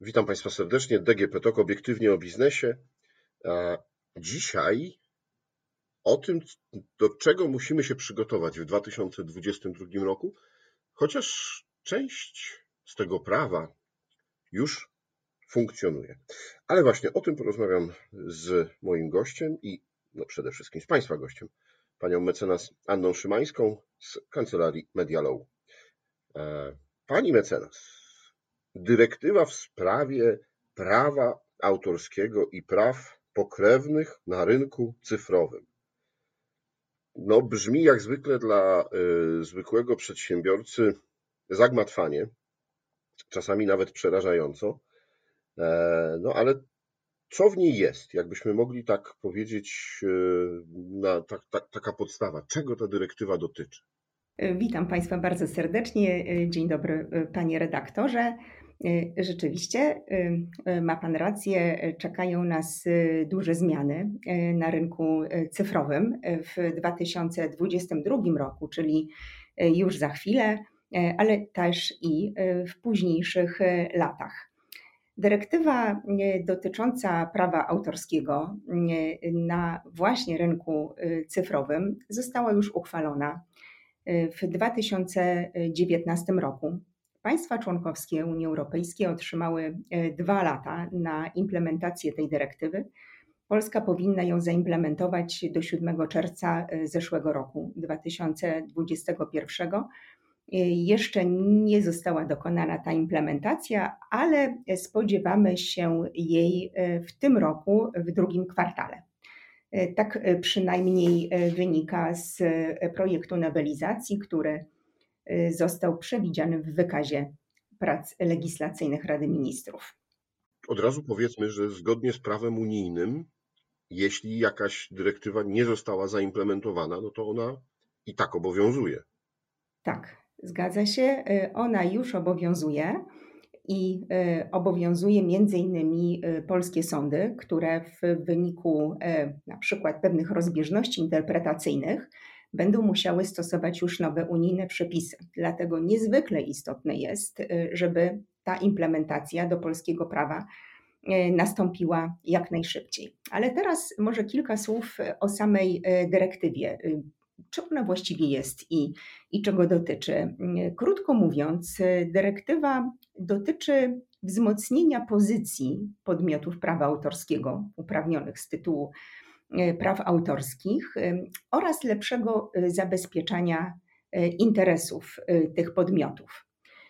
Witam Państwa serdecznie. DGP TOK, obiektywnie o biznesie. Dzisiaj o tym, do czego musimy się przygotować w 2022 roku, chociaż część z tego prawa już funkcjonuje. Ale właśnie o tym porozmawiam z moim gościem i przede wszystkim z Państwa gościem, panią mecenas Anną Szymańską z Kancelarii Media Law. Pani mecenas, dyrektywa w sprawie prawa autorskiego i praw pokrewnych na rynku cyfrowym. Brzmi jak zwykle dla zwykłego przedsiębiorcy zagmatwanie, czasami nawet przerażająco, ale co w niej jest? Jakbyśmy mogli tak powiedzieć, taka podstawa, czego ta dyrektywa dotyczy? Witam Państwa bardzo serdecznie. Dzień dobry, Panie redaktorze. Rzeczywiście ma Pan rację, czekają nas duże zmiany na rynku cyfrowym w 2022 roku, czyli już za chwilę, ale też i w późniejszych latach. Dyrektywa dotycząca prawa autorskiego na właśnie rynku cyfrowym została już uchwalona w 2019 roku. Państwa członkowskie Unii Europejskiej otrzymały 2 lata na implementację tej dyrektywy. Polska powinna ją zaimplementować do 7 czerwca zeszłego roku, 2021. Jeszcze nie została dokonana ta implementacja, ale spodziewamy się jej w tym roku, w drugim kwartale. Tak przynajmniej wynika z projektu nowelizacji, który został przewidziany w wykazie prac legislacyjnych Rady Ministrów. Od razu powiedzmy, że zgodnie z prawem unijnym, jeśli jakaś dyrektywa nie została zaimplementowana, to ona i tak obowiązuje. Tak, zgadza się. Ona już obowiązuje i obowiązuje między innymi polskie sądy, które w wyniku na przykład pewnych rozbieżności interpretacyjnych będą musiały stosować już nowe unijne przepisy. Dlatego niezwykle istotne jest, żeby ta implementacja do polskiego prawa nastąpiła jak najszybciej. Ale teraz może kilka słów o samej dyrektywie. Czym ona właściwie jest i czego dotyczy? Krótko mówiąc, dyrektywa dotyczy wzmocnienia pozycji podmiotów prawa autorskiego uprawnionych z tytułu praw autorskich oraz lepszego zabezpieczania interesów tych podmiotów.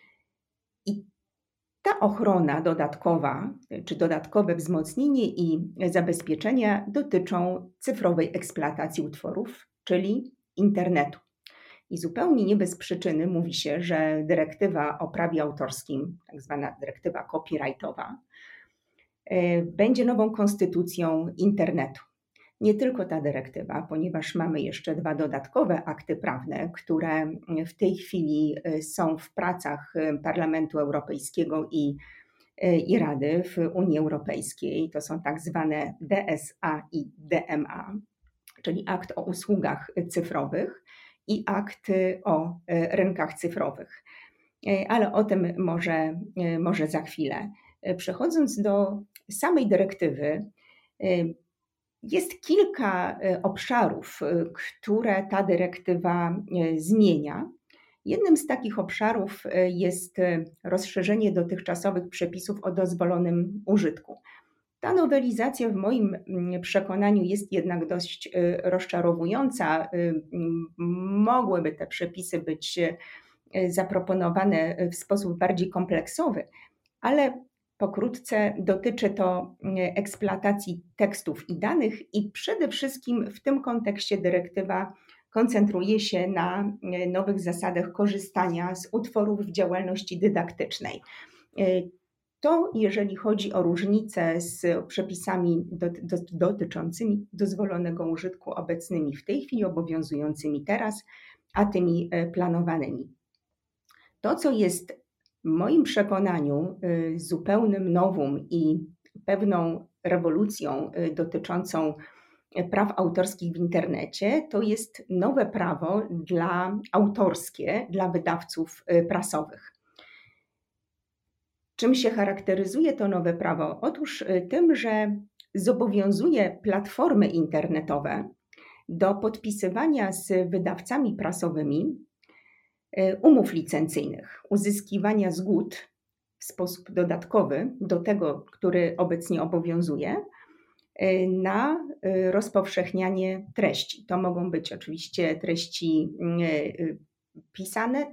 I ta ochrona dodatkowa, czy dodatkowe wzmocnienie i zabezpieczenia dotyczą cyfrowej eksploatacji utworów, czyli internetu. I zupełnie nie bez przyczyny mówi się, że dyrektywa o prawie autorskim, tak zwana dyrektywa copyrightowa, będzie nową konstytucją internetu. Nie tylko ta dyrektywa, ponieważ mamy jeszcze 2 dodatkowe akty prawne, które w tej chwili są w pracach Parlamentu Europejskiego i Rady w Unii Europejskiej. To są tak zwane DSA i DMA, czyli akt o usługach cyfrowych i akt o rynkach cyfrowych. Ale o tym może za chwilę. Przechodząc do samej dyrektywy, jest kilka obszarów, które ta dyrektywa zmienia. Jednym z takich obszarów jest rozszerzenie dotychczasowych przepisów o dozwolonym użytku. Ta nowelizacja w moim przekonaniu jest jednak dość rozczarowująca. Mogłyby te przepisy być zaproponowane w sposób bardziej kompleksowy, ale pokrótce dotyczy to eksploatacji tekstów i danych i przede wszystkim w tym kontekście dyrektywa koncentruje się na nowych zasadach korzystania z utworów w działalności dydaktycznej. To jeżeli chodzi o różnice z przepisami dotyczącymi dozwolonego użytku obecnymi w tej chwili, obowiązującymi teraz, a tymi planowanymi. To, co jest w moim przekonaniu zupełnym novum i pewną rewolucją dotyczącą praw autorskich w internecie, to jest nowe prawo autorskie dla wydawców prasowych. Czym się charakteryzuje to nowe prawo? Otóż tym, że zobowiązuje platformy internetowe do podpisywania z wydawcami prasowymi umów licencyjnych, uzyskiwania zgód w sposób dodatkowy do tego, który obecnie obowiązuje, na rozpowszechnianie treści. To mogą być oczywiście treści pisane,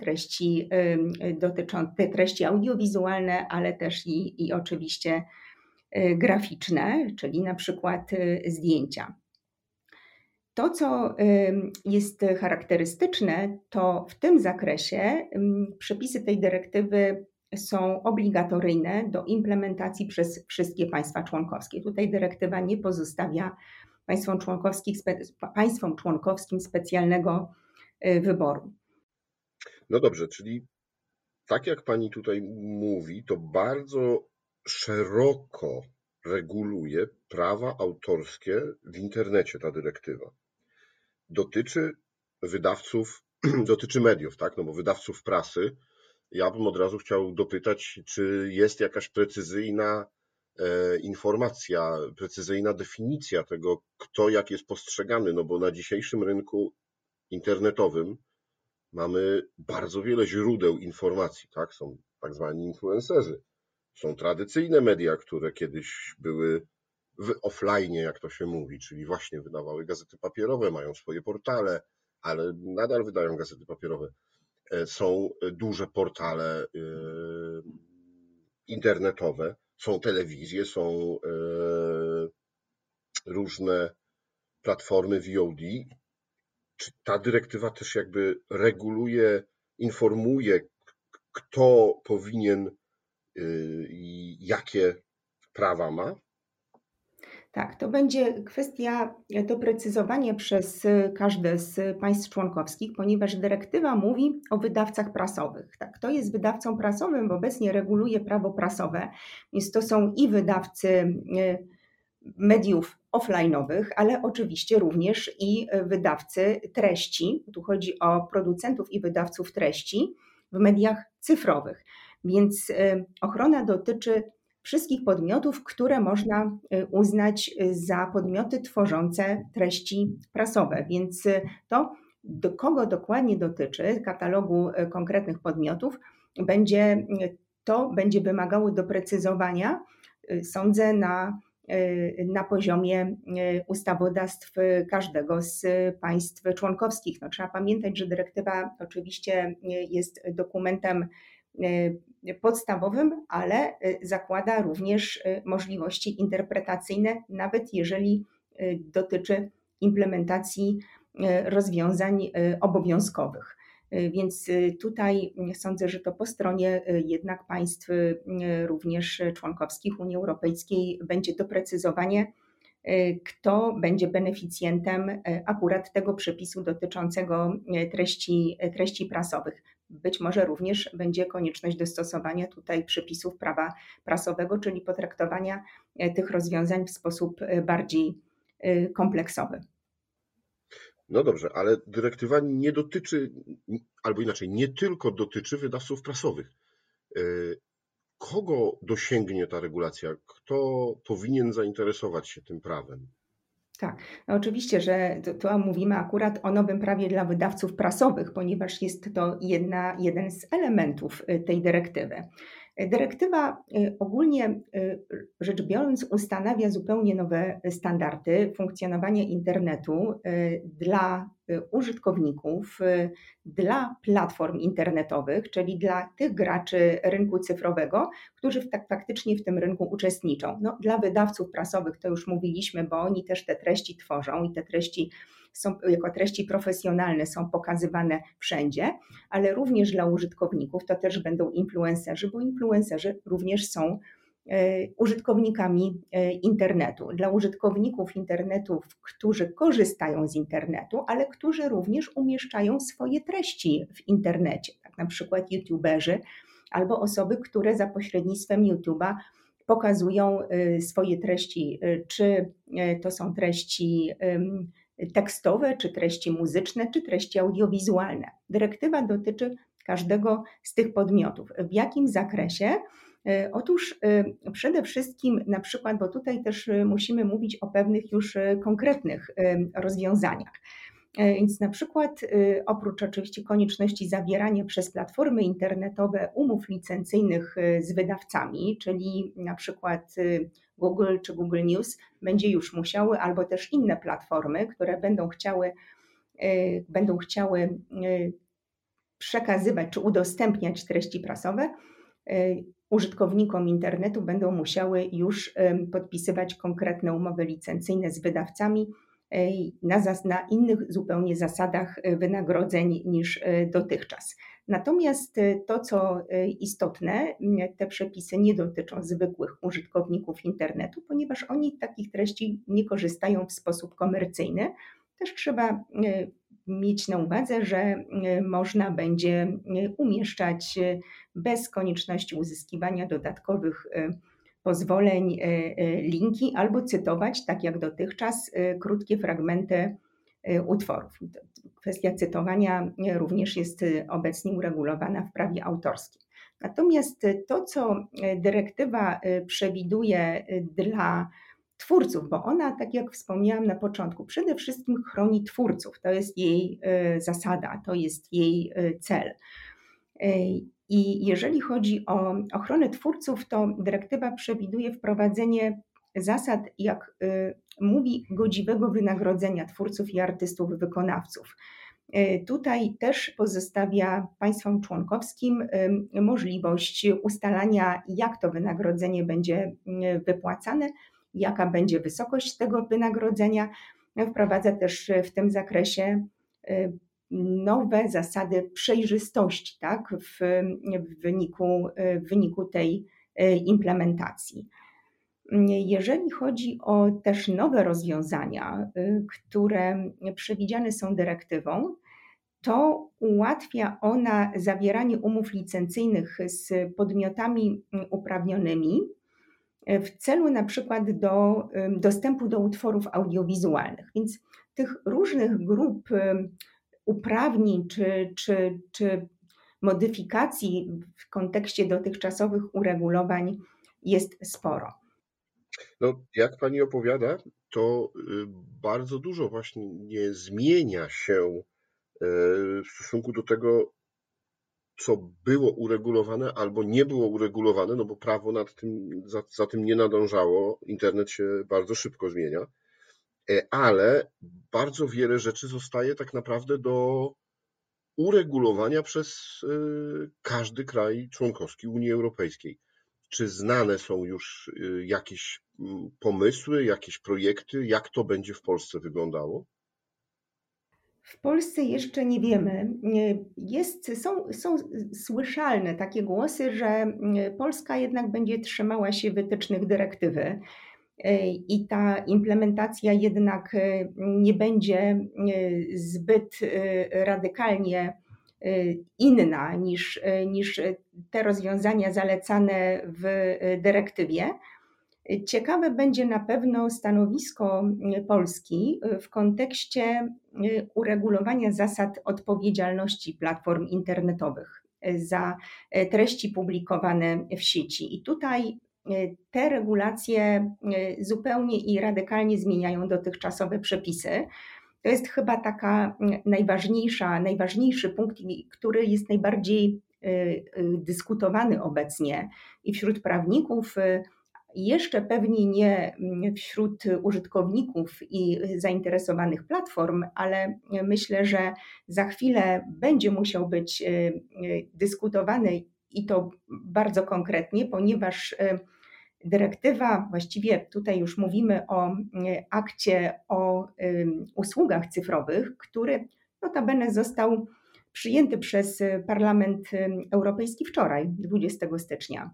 treści audiowizualne, ale też i oczywiście graficzne, czyli na przykład zdjęcia. To, co jest charakterystyczne, to w tym zakresie przepisy tej dyrektywy są obligatoryjne do implementacji przez wszystkie państwa członkowskie. Tutaj dyrektywa nie pozostawia państwom członkowskim specjalnego wyboru. No dobrze, czyli tak jak pani tutaj mówi, to bardzo szeroko reguluje prawa autorskie w internecie ta dyrektywa. Dotyczy wydawców, dotyczy mediów, tak? No bo wydawców prasy. Ja bym od razu chciał dopytać, czy jest jakaś precyzyjna informacja, precyzyjna definicja tego, kto jak jest postrzegany, no bo na dzisiejszym rynku internetowym mamy bardzo wiele źródeł informacji, tak? Są tak zwani influencerzy, są tradycyjne media, które kiedyś były w offline, jak to się mówi, czyli właśnie wydawały gazety papierowe, mają swoje portale, ale nadal wydają gazety papierowe. Są duże portale internetowe, są telewizje, są różne platformy VOD. Czy ta dyrektywa też jakby reguluje, informuje, kto powinien i jakie prawa ma? Tak, to będzie kwestia doprecyzowania przez każde z państw członkowskich, ponieważ dyrektywa mówi o wydawcach prasowych. Tak, kto jest wydawcą prasowym, bo obecnie reguluje prawo prasowe, więc to są i wydawcy mediów offline'owych, ale oczywiście również i wydawcy treści. Tu chodzi o producentów i wydawców treści w mediach cyfrowych. Więc ochrona dotyczy wszystkich podmiotów, które można uznać za podmioty tworzące treści prasowe. Więc to, do kogo dokładnie dotyczy katalogu konkretnych podmiotów, to będzie wymagało doprecyzowania, sądzę, na poziomie ustawodawstw każdego z państw członkowskich. No, trzeba pamiętać, że dyrektywa oczywiście jest dokumentem podstawowym, ale zakłada również możliwości interpretacyjne, nawet jeżeli dotyczy implementacji rozwiązań obowiązkowych. Więc tutaj sądzę, że to po stronie jednak państw również członkowskich Unii Europejskiej będzie doprecyzowanie, kto będzie beneficjentem akurat tego przepisu dotyczącego treści prasowych. Być może również będzie konieczność dostosowania tutaj przepisów prawa prasowego, czyli potraktowania tych rozwiązań w sposób bardziej kompleksowy. No dobrze, ale dyrektywa nie dotyczy, albo inaczej, nie tylko dotyczy wydawców prasowych. Kogo dosięgnie ta regulacja? Kto powinien zainteresować się tym prawem? Tak, no oczywiście, że tu mówimy akurat o nowym prawie dla wydawców prasowych, ponieważ jest to jeden z elementów tej dyrektywy. Dyrektywa ogólnie rzecz biorąc ustanawia zupełnie nowe standardy funkcjonowania internetu dla użytkowników, dla platform internetowych, czyli dla tych graczy rynku cyfrowego, którzy faktycznie w tym rynku uczestniczą. No, dla wydawców prasowych to już mówiliśmy, bo oni też te treści tworzą i te treści są jako treści profesjonalne, są pokazywane wszędzie, ale również dla użytkowników to też będą influencerzy, bo influencerzy również są użytkownikami internetu. Dla użytkowników internetu, którzy korzystają z internetu, ale którzy również umieszczają swoje treści w internecie, tak na przykład youtuberzy albo osoby, które za pośrednictwem YouTube'a pokazują swoje treści, czy to są treści tekstowe, czy treści muzyczne, czy treści audiowizualne. Dyrektywa dotyczy każdego z tych podmiotów. W jakim zakresie Otóż przede wszystkim na przykład, bo tutaj też musimy mówić o pewnych już konkretnych rozwiązaniach. Więc na przykład oprócz oczywiście konieczności zawierania przez platformy internetowe umów licencyjnych z wydawcami, czyli na przykład Google czy Google News będzie już musiały, albo też inne platformy, które będą chciały przekazywać czy udostępniać treści prasowe, użytkownikom internetu będą musiały już podpisywać konkretne umowy licencyjne z wydawcami na innych zupełnie zasadach wynagrodzeń niż dotychczas. Natomiast to, co istotne, te przepisy nie dotyczą zwykłych użytkowników internetu, ponieważ oni takich treści nie korzystają w sposób komercyjny. Też trzeba mieć na uwadze, że można będzie umieszczać bez konieczności uzyskiwania dodatkowych pozwoleń linki albo cytować, tak jak dotychczas, krótkie fragmenty utworów. Kwestia cytowania również jest obecnie uregulowana w prawie autorskim. Natomiast to, co dyrektywa przewiduje dla twórców, bo ona, tak jak wspomniałam na początku, przede wszystkim chroni twórców. To jest jej zasada, to jest jej cel. I jeżeli chodzi o ochronę twórców, to dyrektywa przewiduje wprowadzenie zasad, jak mówi, godziwego wynagrodzenia twórców i artystów wykonawców. Tutaj też pozostawia państwom członkowskim możliwość ustalania, jak to wynagrodzenie będzie wypłacane, jaka będzie wysokość tego wynagrodzenia. Wprowadza też w tym zakresie nowe zasady przejrzystości, tak, w wyniku tej implementacji. Jeżeli chodzi o też nowe rozwiązania, które przewidziane są dyrektywą, to ułatwia ona zawieranie umów licencyjnych z podmiotami uprawnionymi w celu na przykład dostępu do utworów audiowizualnych. Więc tych różnych grup uprawnień czy modyfikacji w kontekście dotychczasowych uregulowań jest sporo. No, jak pani opowiada, to bardzo dużo właśnie nie zmienia się w stosunku do tego, co było uregulowane albo nie było uregulowane, no bo prawo za tym nie nadążało, internet się bardzo szybko zmienia, ale bardzo wiele rzeczy zostaje tak naprawdę do uregulowania przez każdy kraj członkowski Unii Europejskiej. Czy znane są już jakieś pomysły, jakieś projekty, jak to będzie w Polsce wyglądało? W Polsce jeszcze nie wiemy. Są słyszalne takie głosy, że Polska jednak będzie trzymała się wytycznych dyrektywy i ta implementacja jednak nie będzie zbyt radykalnie inna niż te rozwiązania zalecane w dyrektywie. Ciekawe będzie na pewno stanowisko Polski w kontekście uregulowania zasad odpowiedzialności platform internetowych za treści publikowane w sieci. I tutaj te regulacje zupełnie i radykalnie zmieniają dotychczasowe przepisy. To jest chyba taka najważniejszy punkt, który jest najbardziej dyskutowany obecnie i wśród prawników, jeszcze pewnie nie wśród użytkowników i zainteresowanych platform, ale myślę, że za chwilę będzie musiał być dyskutowany i to bardzo konkretnie, ponieważ dyrektywa, właściwie tutaj już mówimy o akcie o usługach cyfrowych, który notabene został przyjęty przez Parlament Europejski wczoraj, 20 stycznia.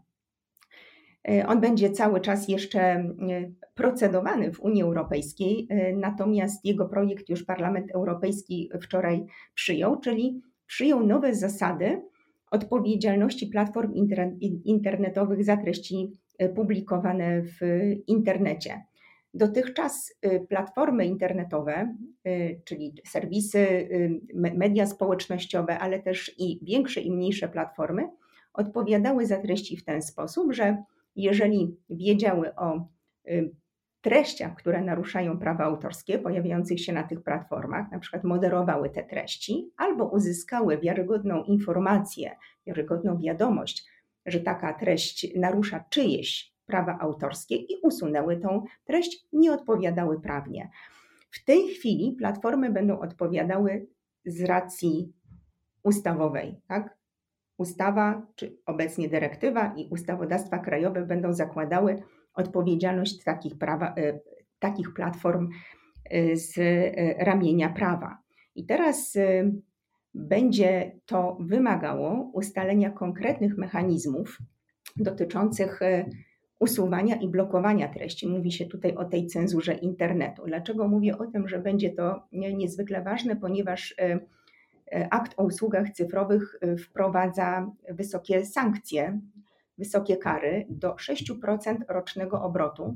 On będzie cały czas jeszcze procedowany w Unii Europejskiej, natomiast jego projekt już Parlament Europejski wczoraj przyjął, czyli przyjął nowe zasady odpowiedzialności platform internetowych za treści publikowane w internecie. Dotychczas platformy internetowe, czyli serwisy, media społecznościowe, ale też i większe i mniejsze platformy, odpowiadały za treści w ten sposób, że jeżeli wiedziały o treściach, które naruszają prawa autorskie pojawiających się na tych platformach, na przykład moderowały te treści, albo uzyskały wiarygodną informację, wiarygodną wiadomość, że taka treść narusza czyjeś prawa autorskie i usunęły tą treść, nie odpowiadały prawnie. W tej chwili platformy będą odpowiadały z racji ustawowej, tak? Ustawa, czy obecnie dyrektywa i ustawodawstwa krajowe będą zakładały odpowiedzialność takich platform z ramienia prawa. I teraz będzie to wymagało ustalenia konkretnych mechanizmów dotyczących usuwania i blokowania treści. Mówi się tutaj o tej cenzurze internetu. Dlaczego mówię o tym, że będzie to niezwykle ważne? Ponieważ akt o usługach cyfrowych wprowadza wysokie sankcje, wysokie kary do 6% rocznego obrotu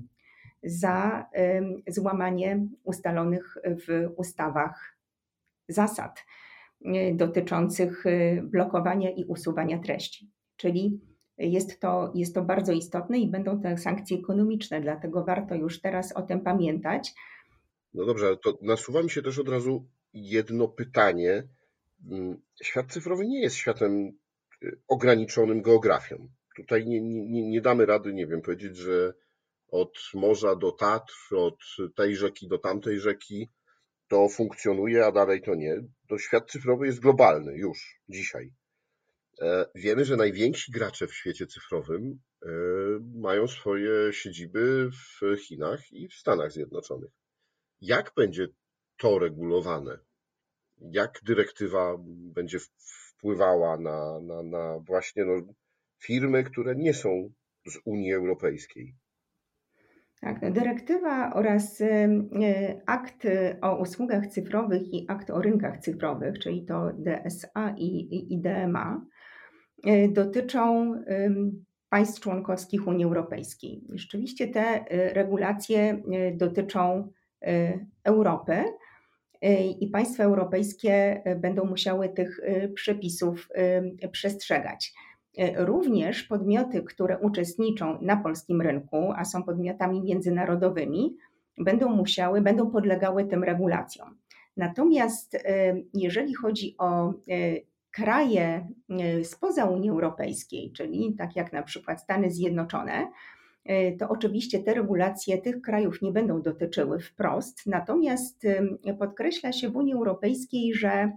za złamanie ustalonych w ustawach zasad dotyczących blokowania i usuwania treści. Czyli jest to bardzo istotne i będą te sankcje ekonomiczne, dlatego warto już teraz o tym pamiętać. No dobrze, ale to nasuwa mi się też od razu jedno pytanie. Świat cyfrowy nie jest światem ograniczonym geografią. Tutaj nie damy rady, nie wiem, powiedzieć, że od morza do Tatr, od tej rzeki do tamtej rzeki to funkcjonuje, a dalej to nie. To świat cyfrowy jest globalny już dzisiaj. Wiemy, że najwięksi gracze w świecie cyfrowym mają swoje siedziby w Chinach i w Stanach Zjednoczonych. Jak będzie to regulowane? Jak dyrektywa będzie wpływała na właśnie firmy, które nie są z Unii Europejskiej? Tak, dyrektywa oraz akt o usługach cyfrowych i akt o rynkach cyfrowych, czyli to DSA i DMA, dotyczą państw członkowskich Unii Europejskiej. Rzeczywiście te regulacje dotyczą Europy i państwa europejskie będą musiały tych przepisów przestrzegać. Również podmioty, które uczestniczą na polskim rynku, a są podmiotami międzynarodowymi, będą podlegały tym regulacjom. Natomiast jeżeli chodzi o kraje spoza Unii Europejskiej, czyli tak jak na przykład Stany Zjednoczone, to oczywiście te regulacje tych krajów nie będą dotyczyły wprost, natomiast podkreśla się w Unii Europejskiej, że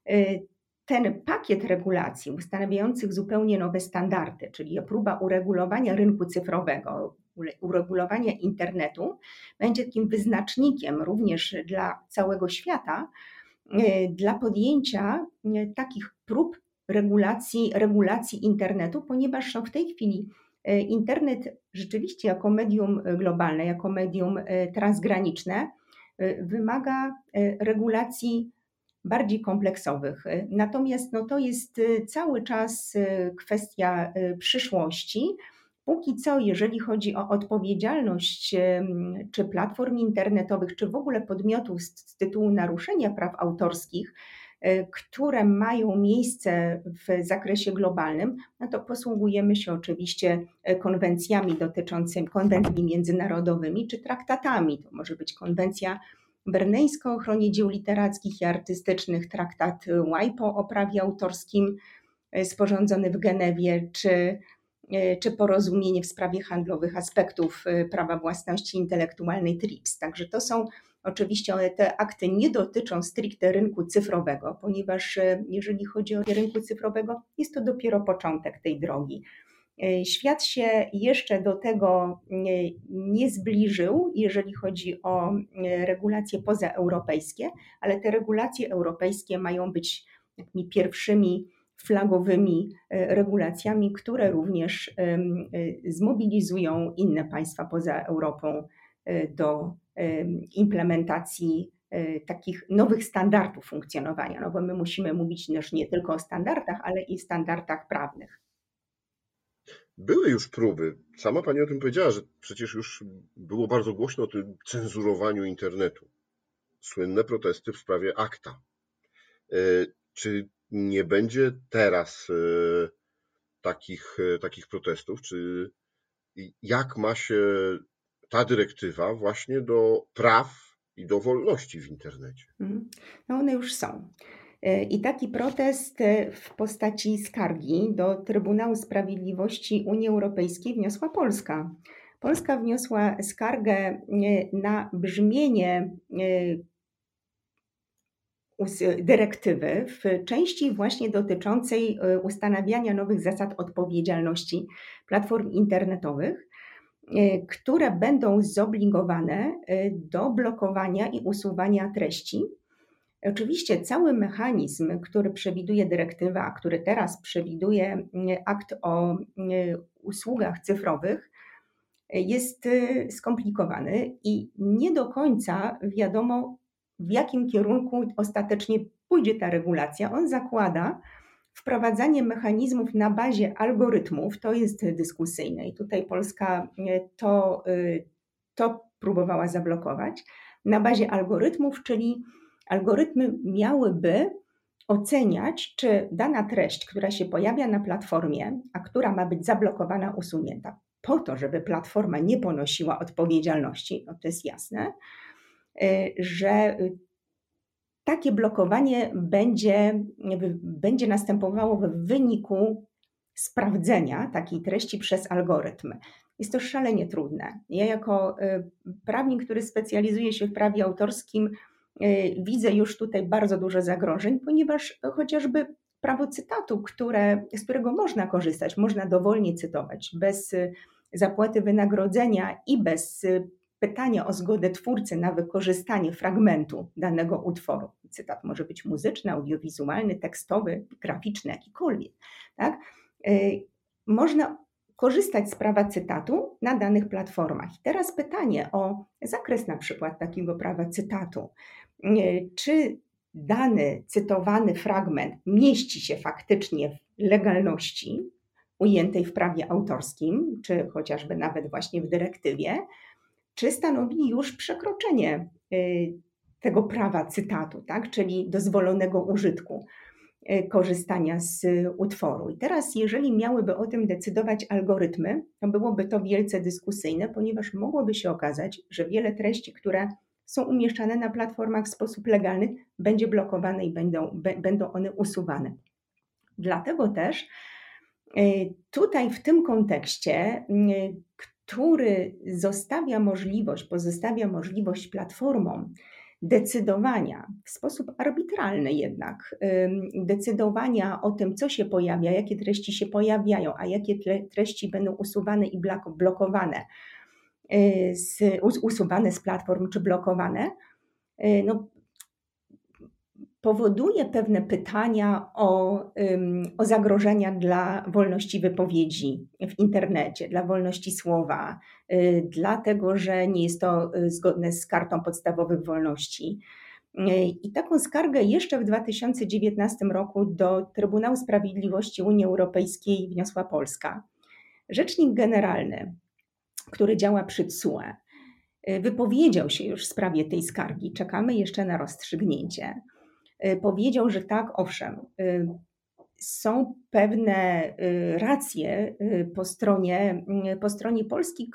ten pakiet regulacji ustanawiających zupełnie nowe standardy, czyli próba uregulowania rynku cyfrowego, uregulowania internetu, będzie takim wyznacznikiem również dla całego świata, dla podjęcia takich prób regulacji internetu, ponieważ w tej chwili internet rzeczywiście jako medium globalne, jako medium transgraniczne wymaga regulacji bardziej kompleksowych. Natomiast to jest cały czas kwestia przyszłości. Póki co, jeżeli chodzi o odpowiedzialność czy platform internetowych, czy w ogóle podmiotów z tytułu naruszenia praw autorskich, które mają miejsce w zakresie globalnym, to posługujemy się oczywiście konwencjami międzynarodowymi czy traktatami. To może być konwencja berneńska o ochronie dzieł literackich i artystycznych, traktat WIPO o prawie autorskim sporządzony w Genewie, czy porozumienie w sprawie handlowych aspektów prawa własności intelektualnej TRIPS. Także to są oczywiście te akty nie dotyczą stricte rynku cyfrowego, ponieważ jeżeli chodzi o rynku cyfrowego, jest to dopiero początek tej drogi. Świat się jeszcze do tego nie zbliżył, jeżeli chodzi o regulacje pozaeuropejskie, ale te regulacje europejskie mają być takimi pierwszymi flagowymi regulacjami, które również zmobilizują inne państwa poza Europą do implementacji takich nowych standardów funkcjonowania, bo my musimy mówić też nie tylko o standardach, ale i standardach prawnych. Były już próby. Sama Pani o tym powiedziała, że przecież już było bardzo głośno o tym cenzurowaniu internetu. Słynne protesty w sprawie ACTA. Czy nie będzie teraz takich protestów? Czy jak ma się ta dyrektywa właśnie do praw i do wolności w internecie? No one już są. I taki protest w postaci skargi do Trybunału Sprawiedliwości Unii Europejskiej wniosła Polska. Polska wniosła skargę na brzmienie dyrektywy w części właśnie dotyczącej ustanawiania nowych zasad odpowiedzialności platform internetowych, które będą zobligowane do blokowania i usuwania treści. Oczywiście cały mechanizm, który przewiduje dyrektywa, a który teraz przewiduje akt o usługach cyfrowych, jest skomplikowany i nie do końca wiadomo, w jakim kierunku ostatecznie pójdzie ta regulacja. On zakłada wprowadzanie mechanizmów na bazie algorytmów, to jest dyskusyjne i tutaj Polska to próbowała zablokować, na bazie algorytmów, czyli algorytmy miałyby oceniać, czy dana treść, która się pojawia na platformie, a która ma być zablokowana, usunięta, po to, żeby platforma nie ponosiła odpowiedzialności, no to jest jasne, że takie blokowanie będzie następowało w wyniku sprawdzenia takiej treści przez algorytm. Jest to szalenie trudne. Ja jako prawnik, który specjalizuje się w prawie autorskim, widzę już tutaj bardzo dużo zagrożeń, ponieważ chociażby prawo cytatu, z którego można korzystać, można dowolnie cytować, bez zapłaty wynagrodzenia i bez pytania o zgodę twórcy na wykorzystanie fragmentu danego utworu. Cytat może być muzyczny, audiowizualny, tekstowy, graficzny, jakikolwiek. Tak? Można korzystać z prawa cytatu na danych platformach. I teraz pytanie o zakres na przykład takiego prawa cytatu. Czy dany cytowany fragment mieści się faktycznie w legalności ujętej w prawie autorskim, czy chociażby nawet właśnie w dyrektywie, czy stanowi już przekroczenie tego prawa cytatu, tak? Czyli dozwolonego użytku, korzystania z utworu. I teraz, jeżeli miałyby o tym decydować algorytmy, to byłoby to wielce dyskusyjne, ponieważ mogłoby się okazać, że wiele treści, które są umieszczane na platformach w sposób legalny, będzie blokowane i będą one usuwane. Dlatego też tutaj w tym kontekście, który pozostawia możliwość platformom decydowania w sposób arbitralny jednak, decydowania o tym, co się pojawia, jakie treści się pojawiają, a jakie treści będą usuwane i blokowane, usuwane z platform czy blokowane, no, powoduje pewne pytania o zagrożenia dla wolności wypowiedzi w internecie, dla wolności słowa, dlatego że nie jest to zgodne z Kartą Podstawowych Wolności. I taką skargę jeszcze w 2019 roku do Trybunału Sprawiedliwości Unii Europejskiej wniosła Polska. Rzecznik Generalny, który działa przy TSUE, wypowiedział się już w sprawie tej skargi. Czekamy jeszcze na rozstrzygnięcie. Powiedział, że tak, owszem, są pewne racje po stronie Polski,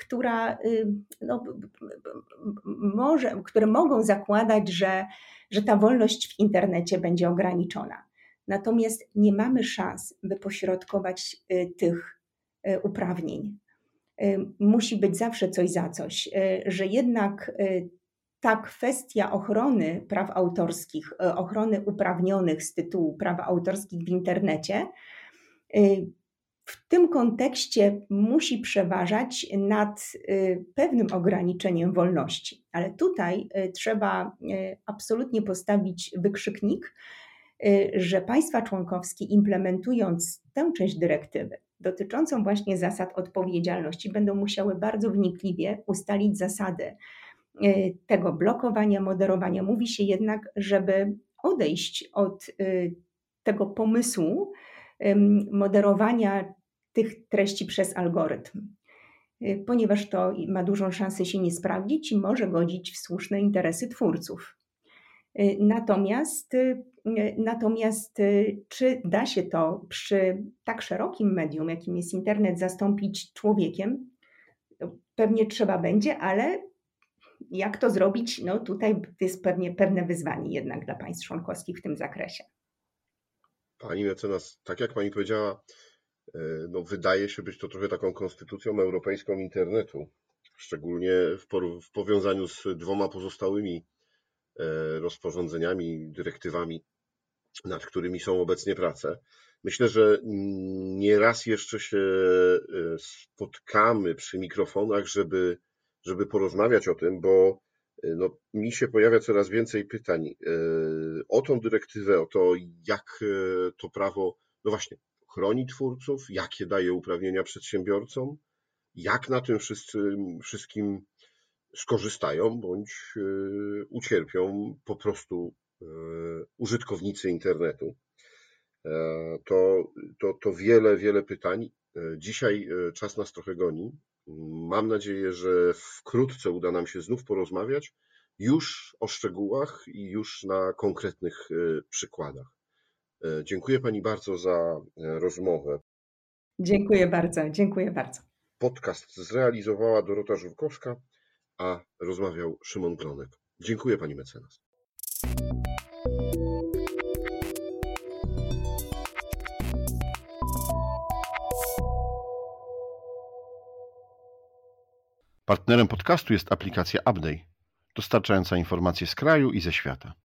które mogą zakładać, że ta wolność w internecie będzie ograniczona. Natomiast nie mamy szans wypośrodkować tych uprawnień. Musi być zawsze coś za coś, że jednak ta kwestia ochrony praw autorskich, ochrony uprawnionych z tytułu praw autorskich w internecie, w tym kontekście musi przeważać nad pewnym ograniczeniem wolności. Ale tutaj trzeba absolutnie postawić wykrzyknik, że państwa członkowskie, implementując tę część dyrektywy dotyczącą właśnie zasad odpowiedzialności, będą musiały bardzo wnikliwie ustalić zasady tego blokowania, moderowania. Mówi się jednak, żeby odejść od tego pomysłu moderowania tych treści przez algorytm, ponieważ to ma dużą szansę się nie sprawdzić i może godzić w słuszne interesy twórców. Natomiast czy da się to przy tak szerokim medium, jakim jest internet, zastąpić człowiekiem? Pewnie trzeba będzie, ale jak to zrobić? No tutaj jest pewne wyzwanie jednak dla państw członkowskich w tym zakresie. Pani mecenas, tak jak pani powiedziała, no wydaje się być to trochę taką konstytucją europejską internetu, szczególnie w powiązaniu z 2 pozostałymi rozporządzeniami, dyrektywami, nad którymi są obecnie prace. Myślę, że nie raz jeszcze się spotkamy przy mikrofonach, żeby porozmawiać o tym, bo no, mi się pojawia coraz więcej pytań o tą dyrektywę, o to, jak to prawo, no właśnie, chroni twórców, jakie daje uprawnienia przedsiębiorcom, jak na tym wszystkim skorzystają bądź ucierpią po prostu użytkownicy internetu. To wiele, wiele pytań. Dzisiaj czas nas trochę goni. Mam nadzieję, że wkrótce uda nam się znów porozmawiać już o szczegółach i już na konkretnych przykładach. Dziękuję pani bardzo za rozmowę. Dziękuję bardzo, dziękuję bardzo. Podcast zrealizowała Dorota Żurkowska, a rozmawiał Szymon Glonek. Dziękuję pani mecenas. Partnerem podcastu jest aplikacja Update, dostarczająca informacje z kraju i ze świata.